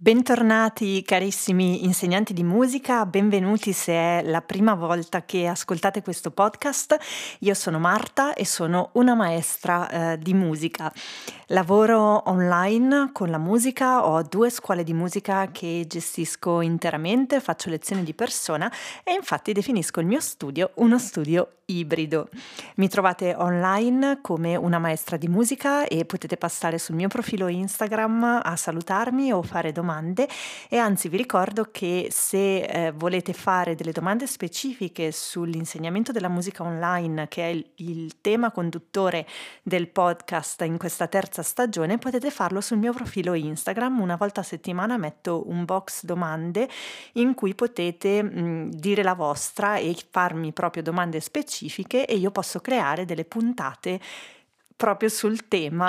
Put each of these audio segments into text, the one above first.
Bentornati carissimi insegnanti di musica, benvenuti se è la prima volta che ascoltate questo podcast. Io sono Marta e sono una maestra di musica. Lavoro online con la musica, ho 2 scuole di musica che gestisco interamente, faccio lezioni di persona e infatti definisco il mio studio uno studio ibrido. Mi trovate online come una maestra di musica e potete passare sul mio profilo Instagram a salutarmi o fare domande, e anzi vi ricordo che se volete fare delle domande specifiche sull'insegnamento della musica online, che è il tema conduttore del podcast in questa terza stagione, potete farlo sul mio profilo Instagram. Una volta a settimana metto un box domande in cui potete dire la vostra e farmi proprio domande specifiche, e io posso creare delle puntate proprio sul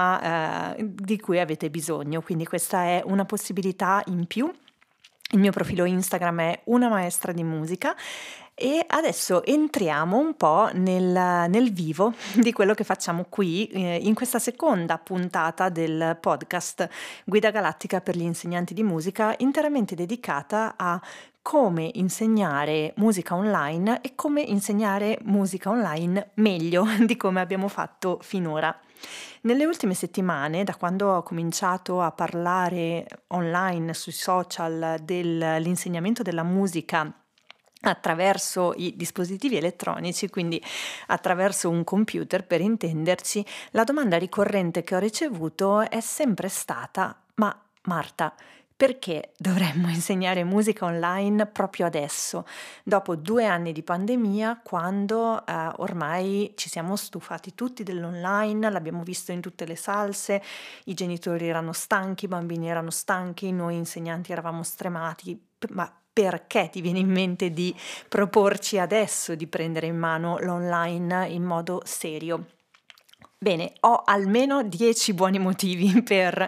tema di cui avete bisogno. Quindi questa è una possibilità in più. Il mio profilo Instagram è una maestra di musica. E adesso entriamo un po' nel vivo di quello che facciamo qui in questa seconda puntata del podcast Guida Galattica per gli insegnanti di musica, interamente dedicata a come insegnare musica online e come insegnare musica online meglio di come abbiamo fatto finora. Nelle ultime settimane, da quando ho cominciato a parlare online sui social dell'insegnamento della musica attraverso i dispositivi elettronici, quindi attraverso un computer per intenderci, la domanda ricorrente che ho ricevuto è sempre stata: ma Marta, perché dovremmo insegnare musica online proprio adesso, dopo 2 anni di pandemia, quando ormai ci siamo stufati tutti dell'online, l'abbiamo visto in tutte le salse, i genitori erano stanchi, i bambini erano stanchi, noi insegnanti eravamo stremati, ma perché ti viene in mente di proporci adesso di prendere in mano l'online in modo serio? Bene, ho almeno 10 buoni motivi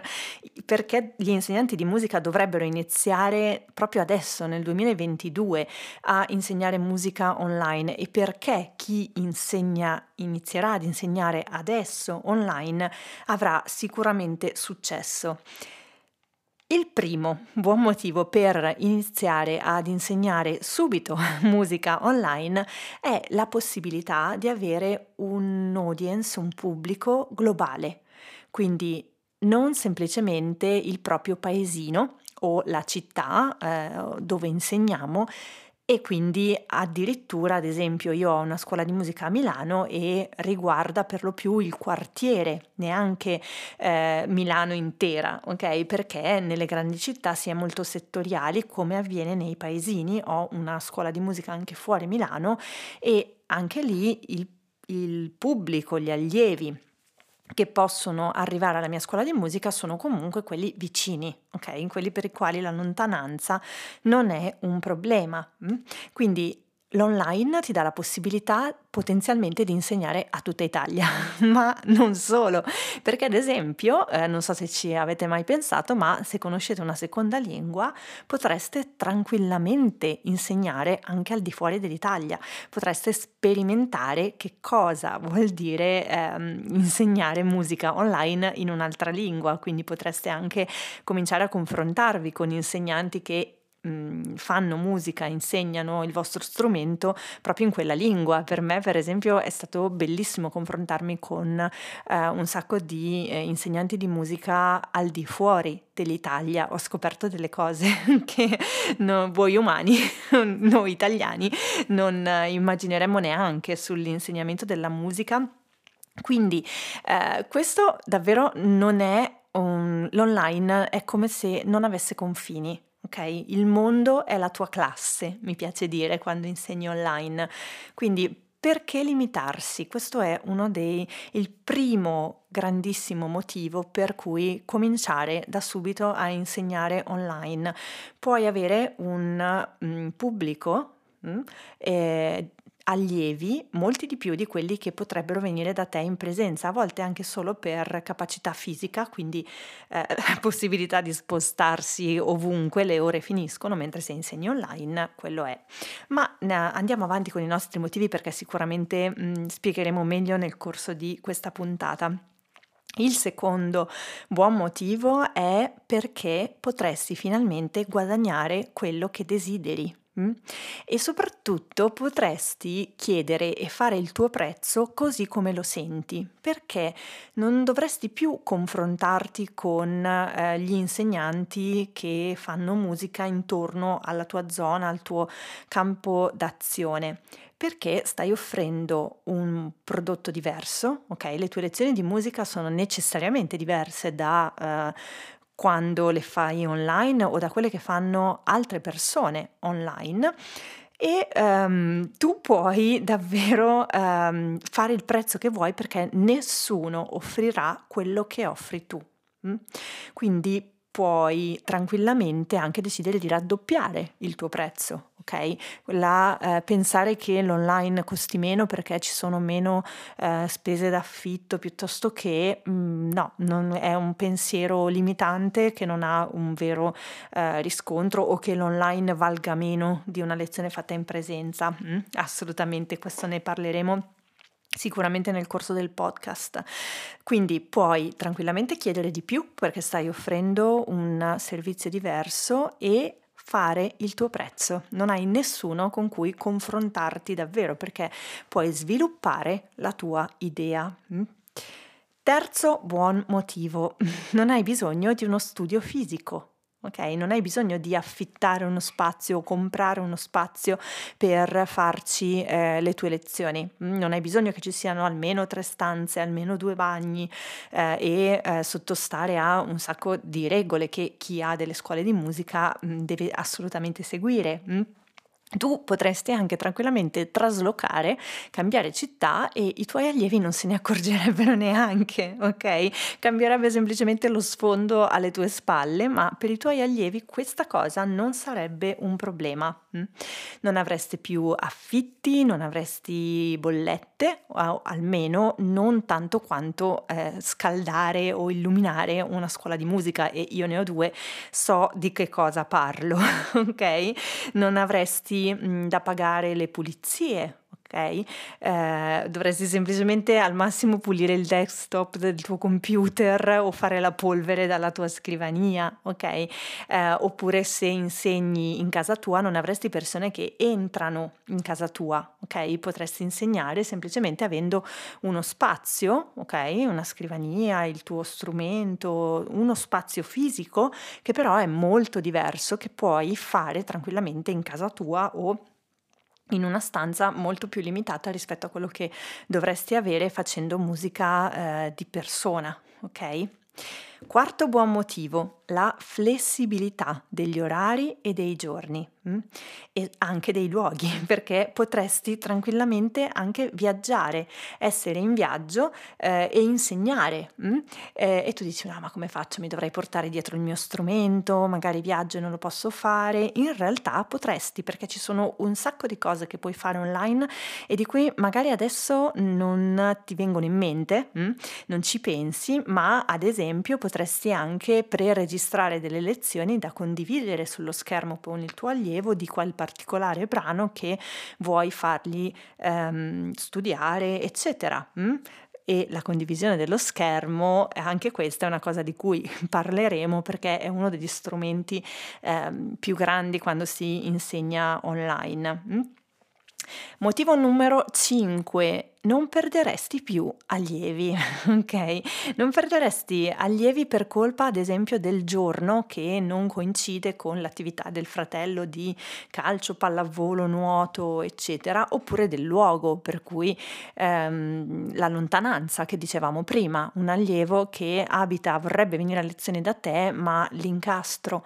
perché gli insegnanti di musica dovrebbero iniziare proprio adesso, nel 2022, a insegnare musica online, e perché chi inizierà ad insegnare adesso online avrà sicuramente successo. Il primo buon motivo per iniziare ad insegnare subito musica online è la possibilità di avere un audience, un pubblico globale, quindi non semplicemente il proprio paesino o la città dove insegniamo. E quindi addirittura, ad esempio, io ho una scuola di musica a Milano e riguarda per lo più il quartiere, neanche Milano intera, ok? Perché nelle grandi città si è molto settoriali, come avviene nei paesini. Ho una scuola di musica anche fuori Milano e anche lì il pubblico, gli allievi che possono arrivare alla mia scuola di musica sono comunque quelli vicini, ok? Quelli per i quali la lontananza non è un problema. Quindi l'online ti dà la possibilità potenzialmente di insegnare a tutta Italia, ma non solo, perché ad esempio, non so se ci avete mai pensato, ma se conoscete una seconda lingua potreste tranquillamente insegnare anche al di fuori dell'Italia, potreste sperimentare che cosa vuol dire insegnare musica online in un'altra lingua, quindi potreste anche cominciare a confrontarvi con insegnanti che fanno musica, insegnano il vostro strumento proprio in quella lingua. Per me, per esempio, è stato bellissimo confrontarmi con un sacco di insegnanti di musica al di fuori dell'Italia. Ho scoperto delle cose che voi umani, noi italiani, non immagineremmo neanche sull'insegnamento della musica. Quindi questo davvero non è l'online è come se non avesse confini. Ok, il mondo è la tua classe, mi piace dire quando insegni online. Quindi perché limitarsi? Questo è il primo grandissimo motivo per cui cominciare da subito a insegnare online. Puoi avere un pubblico allievi, molti di più di quelli che potrebbero venire da te in presenza, a volte anche solo per capacità fisica, quindi la possibilità di spostarsi ovunque, le ore finiscono, mentre se insegni online quello è. Ma andiamo avanti con i nostri motivi, perché sicuramente spiegheremo meglio nel corso di questa puntata. Il secondo buon motivo è perché potresti finalmente guadagnare quello che desideri. E soprattutto potresti chiedere e fare il tuo prezzo così come lo senti, perché non dovresti più confrontarti con gli insegnanti che fanno musica intorno alla tua zona, al tuo campo d'azione, perché stai offrendo un prodotto diverso, ok? Le tue lezioni di musica sono necessariamente diverse da quando le fai online o da quelle che fanno altre persone online e tu puoi davvero fare il prezzo che vuoi perché nessuno offrirà quello che offri tu. mm? Quindi puoi tranquillamente anche decidere di raddoppiare il tuo prezzo, ok? Pensare che l'online costi meno perché ci sono meno spese d'affitto piuttosto che no, non è un pensiero limitante che non ha un vero riscontro o che l'online valga meno di una lezione fatta in presenza. Assolutamente, questo ne parleremo sicuramente nel corso del podcast. Quindi puoi tranquillamente chiedere di più perché stai offrendo un servizio diverso e fare il tuo prezzo. Non hai nessuno con cui confrontarti davvero perché puoi sviluppare la tua idea. Terzo buon motivo, non hai bisogno di uno studio fisico. Ok, non hai bisogno di affittare uno spazio o comprare uno spazio per farci le tue lezioni. Non hai bisogno che ci siano almeno 3 stanze, almeno 2 bagni e sottostare a un sacco di regole che chi ha delle scuole di musica deve assolutamente seguire. Tu potresti anche tranquillamente traslocare, cambiare città e i tuoi allievi non se ne accorgerebbero neanche, ok? Cambierebbe semplicemente lo sfondo alle tue spalle, ma per i tuoi allievi questa cosa non sarebbe un problema. Non avresti più affitti, non avresti bollette, o almeno non tanto quanto scaldare o illuminare una scuola di musica, e io ne ho 2, so di che cosa parlo, ok? Non avresti da pagare le pulizie, ok? Dovresti semplicemente al massimo pulire il desktop del tuo computer o fare la polvere dalla tua scrivania, ok? Oppure se insegni in casa tua non avresti persone che entrano in casa tua, ok? Potresti insegnare semplicemente avendo uno spazio, ok? Una scrivania, il tuo strumento, uno spazio fisico che però è molto diverso, che puoi fare tranquillamente in casa tua o in una stanza molto più limitata rispetto a quello che dovresti avere facendo musica di persona, ok? Quarto buon motivo, la flessibilità degli orari e dei giorni e anche dei luoghi, perché potresti tranquillamente anche viaggiare, essere in viaggio e insegnare. E tu dici, no, ma come faccio? Mi dovrei portare dietro il mio strumento, magari viaggio e non lo posso fare. In realtà potresti, perché ci sono un sacco di cose che puoi fare online e di cui magari adesso non ti vengono in mente, non ci pensi, ma ad esempio potresti anche pre-registrare delle lezioni da condividere sullo schermo con il tuo allievo di quel particolare brano che vuoi fargli studiare, eccetera. E la condivisione dello schermo, anche questa è una cosa di cui parleremo perché è uno degli strumenti più grandi quando si insegna online. Motivo numero 5, non perderesti più allievi, ok? Non perderesti allievi per colpa, ad esempio, del giorno che non coincide con l'attività del fratello di calcio, pallavolo, nuoto, eccetera, oppure del luogo, per cui la lontananza che dicevamo prima, un allievo che vorrebbe venire a lezione da te, ma l'incastro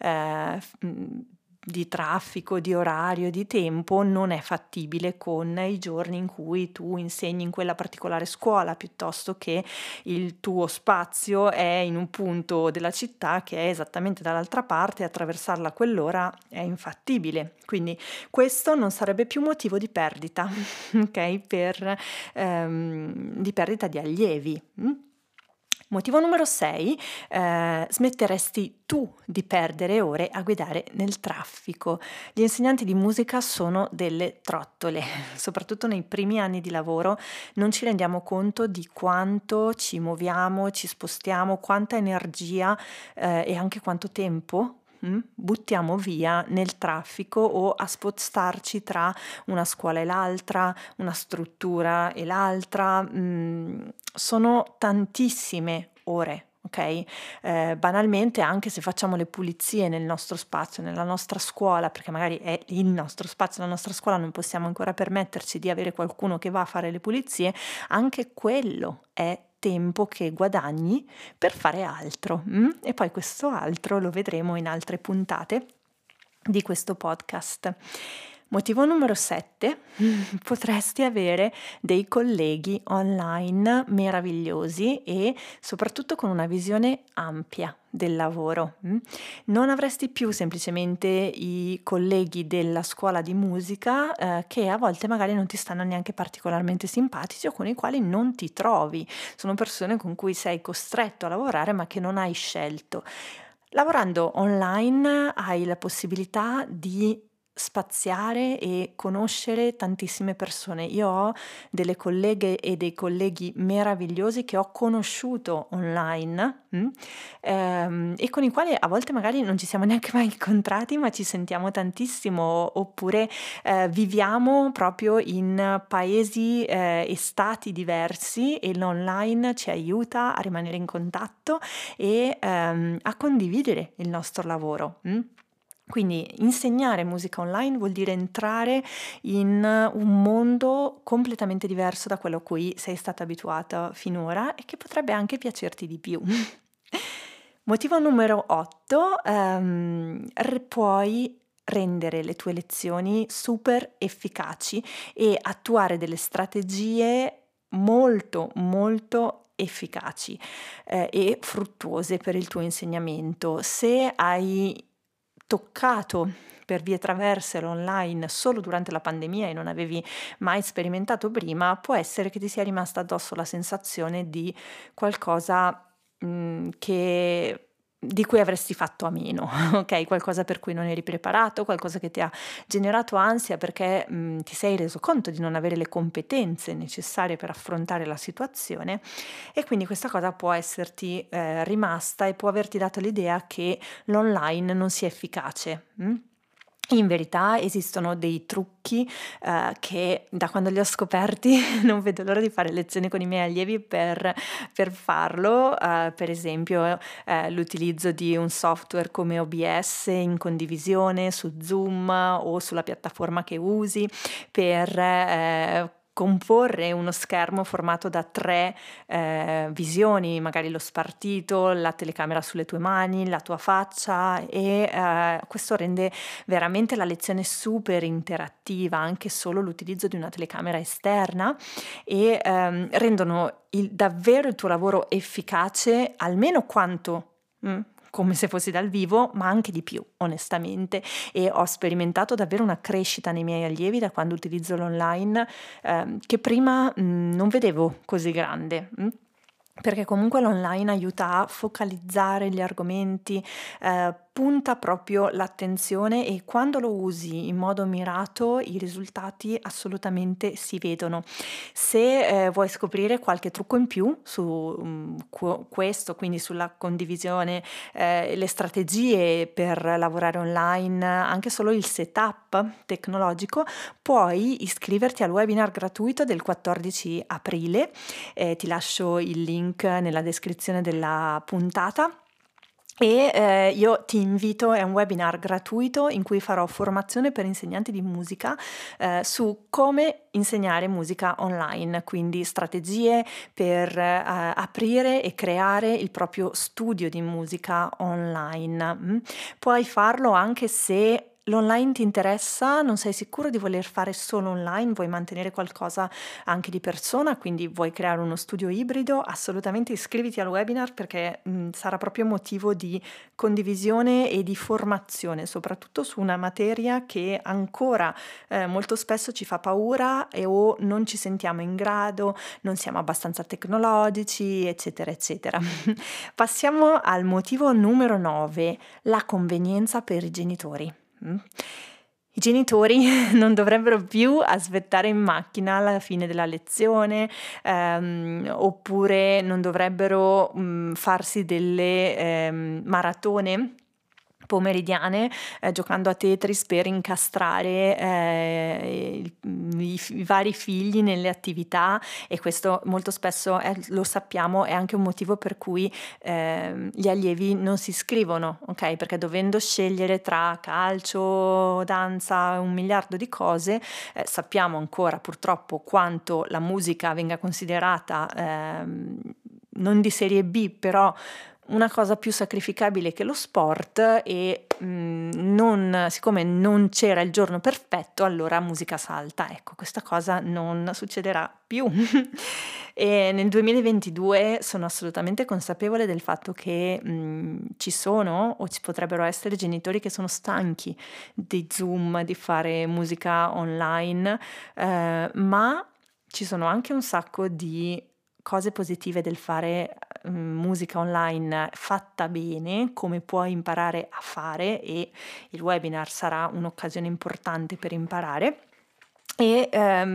di traffico, di orario, di tempo non è fattibile con i giorni in cui tu insegni in quella particolare scuola, piuttosto che il tuo spazio è in un punto della città che è esattamente dall'altra parte e attraversarla a quell'ora è infattibile. Quindi questo non sarebbe più motivo di perdita, ok? Di perdita di allievi. Motivo numero 6, smetteresti tu di perdere ore a guidare nel traffico. Gli insegnanti di musica sono delle trottole, soprattutto nei primi anni di lavoro non ci rendiamo conto di quanto ci muoviamo, ci spostiamo, quanta energia e anche quanto tempo buttiamo via nel traffico o a spostarci tra una scuola e l'altra, una struttura e l'altra. Sono tantissime ore. Ok? Banalmente, anche se facciamo le pulizie nel nostro spazio, nella nostra scuola, perché magari è il nostro spazio, la nostra scuola, non possiamo ancora permetterci di avere qualcuno che va a fare le pulizie, anche quello è tempo che guadagni per fare altro. E poi questo altro lo vedremo in altre puntate di questo podcast. Motivo numero 7, potresti avere dei colleghi online meravigliosi e soprattutto con una visione ampia del lavoro. Non avresti più semplicemente i colleghi della scuola di musica che a volte magari non ti stanno neanche particolarmente simpatici o con i quali non ti trovi. Sono persone con cui sei costretto a lavorare ma che non hai scelto. Lavorando online hai la possibilità di spaziare e conoscere tantissime persone. Io ho delle colleghe e dei colleghi meravigliosi che ho conosciuto online e con i quali a volte magari non ci siamo neanche mai incontrati, ma ci sentiamo tantissimo, oppure viviamo proprio in paesi e stati diversi e l'online ci aiuta a rimanere in contatto e a condividere il nostro lavoro. Quindi insegnare musica online vuol dire entrare in un mondo completamente diverso da quello a cui sei stata abituata finora e che potrebbe anche piacerti di più. Motivo numero 8, puoi rendere le tue lezioni super efficaci e attuare delle strategie molto molto efficaci e fruttuose per il tuo insegnamento. Se hai toccato per vie traverse l'online solo durante la pandemia e non avevi mai sperimentato prima, può essere che ti sia rimasta addosso la sensazione di qualcosa di cui avresti fatto a meno, ok? Qualcosa per cui non eri preparato, qualcosa che ti ha generato ansia perché ti sei reso conto di non avere le competenze necessarie per affrontare la situazione e quindi questa cosa può esserti rimasta e può averti dato l'idea che l'online non sia efficace. In verità esistono dei trucchi che da quando li ho scoperti non vedo l'ora di fare lezioni con i miei allievi per farlo, per esempio l'utilizzo di un software come OBS in condivisione su Zoom o sulla piattaforma che usi per comporre uno schermo formato da 3 visioni, magari lo spartito, la telecamera sulle tue mani, la tua faccia e questo rende veramente la lezione super interattiva, anche solo l'utilizzo di una telecamera esterna e rendono davvero il tuo lavoro efficace almeno quanto come se fossi dal vivo, ma anche di più, onestamente, e ho sperimentato davvero una crescita nei miei allievi da quando utilizzo l'online che prima non vedevo così grande. Perché comunque l'online aiuta a focalizzare gli argomenti, punta proprio l'attenzione e quando lo usi in modo mirato i risultati assolutamente si vedono. Se vuoi scoprire qualche trucco in più su questo, quindi sulla condivisione, le strategie per lavorare online, anche solo il setup tecnologico, puoi iscriverti al webinar gratuito del 14 aprile, ti lascio il link nella descrizione della puntata. E io ti invito, è un webinar gratuito in cui farò formazione per insegnanti di musica su come insegnare musica online, quindi strategie per aprire e creare il proprio studio di musica online. Puoi farlo anche se l'online ti interessa, non sei sicuro di voler fare solo online, vuoi mantenere qualcosa anche di persona, quindi vuoi creare uno studio ibrido, assolutamente iscriviti al webinar perché sarà proprio motivo di condivisione e di formazione, soprattutto su una materia che ancora molto spesso ci fa paura o non ci sentiamo in grado, non siamo abbastanza tecnologici, eccetera, eccetera. Passiamo al motivo numero 9, la convenienza per i genitori. I genitori non dovrebbero più aspettare in macchina alla fine della lezione, oppure non dovrebbero farsi delle maratone pomeridiane giocando a Tetris per incastrare i vari figli nelle attività, e questo molto spesso lo sappiamo, è anche un motivo per cui gli allievi non si iscrivono, ok? Perché dovendo scegliere tra calcio, danza, 1 miliardo di cose, sappiamo ancora purtroppo quanto la musica venga considerata non di serie B, però una cosa più sacrificabile che lo sport, e siccome non c'era il giorno perfetto, allora musica salta. Ecco, questa cosa non succederà più. E nel 2022 sono assolutamente consapevole del fatto che ci sono o ci potrebbero essere genitori che sono stanchi di Zoom, di fare musica online, ma ci sono anche un sacco di cose positive del fare musica online fatta bene, come puoi imparare a fare, e il webinar sarà un'occasione importante per imparare. E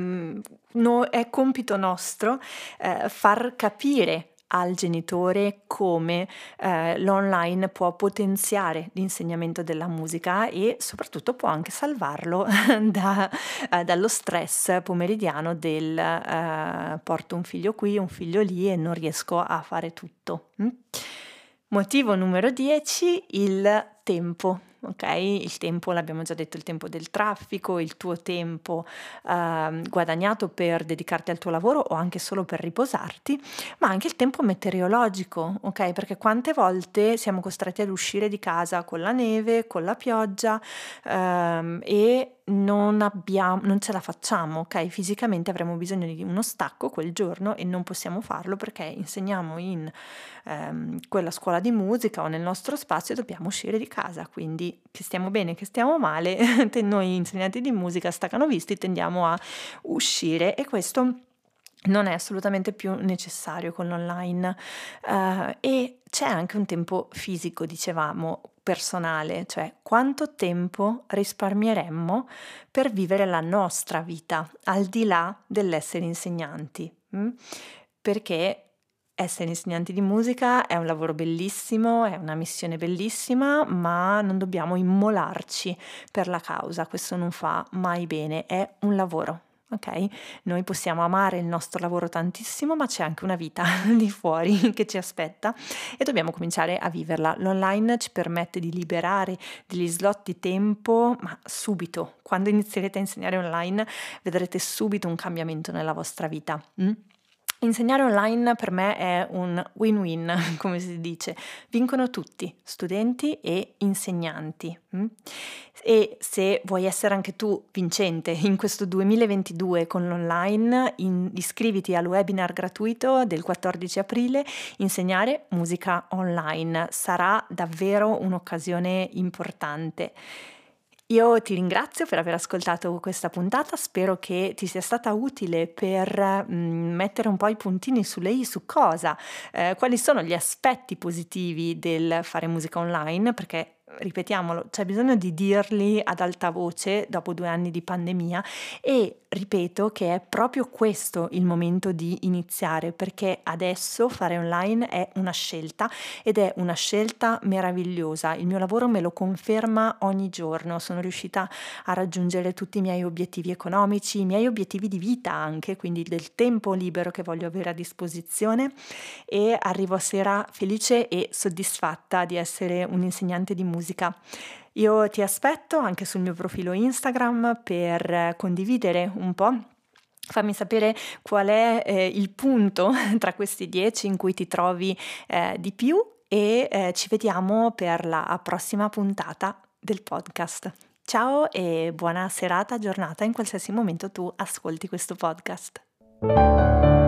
è compito nostro far capire al genitore come l'online può potenziare l'insegnamento della musica e soprattutto può anche salvarlo dallo stress pomeridiano del porto un figlio qui, un figlio lì e non riesco a fare tutto. Motivo numero 10, il tempo. Ok, il tempo, l'abbiamo già detto, il tempo del traffico, il tuo tempo guadagnato per dedicarti al tuo lavoro o anche solo per riposarti, ma anche il tempo meteorologico, ok? Perché quante volte siamo costretti ad uscire di casa con la neve, con la pioggia e non ce la facciamo, ok? Fisicamente avremo bisogno di uno stacco quel giorno e non possiamo farlo perché insegniamo in quella scuola di musica o nel nostro spazio e dobbiamo uscire di casa, quindi che stiamo bene, che stiamo male, noi insegnanti di musica stacanovisti tendiamo a uscire, e questo non è assolutamente più necessario con l'online. E c'è anche un tempo fisico, dicevamo, personale, cioè quanto tempo risparmieremmo per vivere la nostra vita al di là dell'essere insegnanti. Perché essere insegnanti di musica è un lavoro bellissimo, è una missione bellissima, ma non dobbiamo immolarci per la causa, questo non fa mai bene, è un lavoro. Ok? Noi possiamo amare il nostro lavoro tantissimo, ma c'è anche una vita di fuori che ci aspetta e dobbiamo cominciare a viverla. L'online ci permette di liberare degli slot di tempo, ma subito. Quando inizierete a insegnare online, vedrete subito un cambiamento nella vostra vita. Insegnare online per me è un win-win, come si dice. Vincono tutti, studenti e insegnanti. E se vuoi essere anche tu vincente in questo 2022 con l'online, iscriviti al webinar gratuito del 14 aprile, Insegnare musica online. Sarà davvero un'occasione importante. Io ti ringrazio per aver ascoltato questa puntata, spero che ti sia stata utile per mettere un po' i puntini sulle i su cosa, quali sono gli aspetti positivi del fare musica online, perché ripetiamolo, c'è bisogno di dirli ad alta voce dopo 2 anni di pandemia, e ripeto che è proprio questo il momento di iniziare, perché adesso fare online è una scelta ed è una scelta meravigliosa. Il mio lavoro me lo conferma ogni giorno, sono riuscita a raggiungere tutti i miei obiettivi economici, i miei obiettivi di vita anche, quindi del tempo libero che voglio avere a disposizione, e arrivo a sera felice e soddisfatta di essere un insegnante di musica. Io ti aspetto anche sul mio profilo Instagram per condividere un po'. Fammi sapere qual è il punto tra questi 10 in cui ti trovi di più, e ci vediamo per la prossima puntata del podcast. Ciao e buona serata, giornata in qualsiasi momento tu ascolti questo podcast.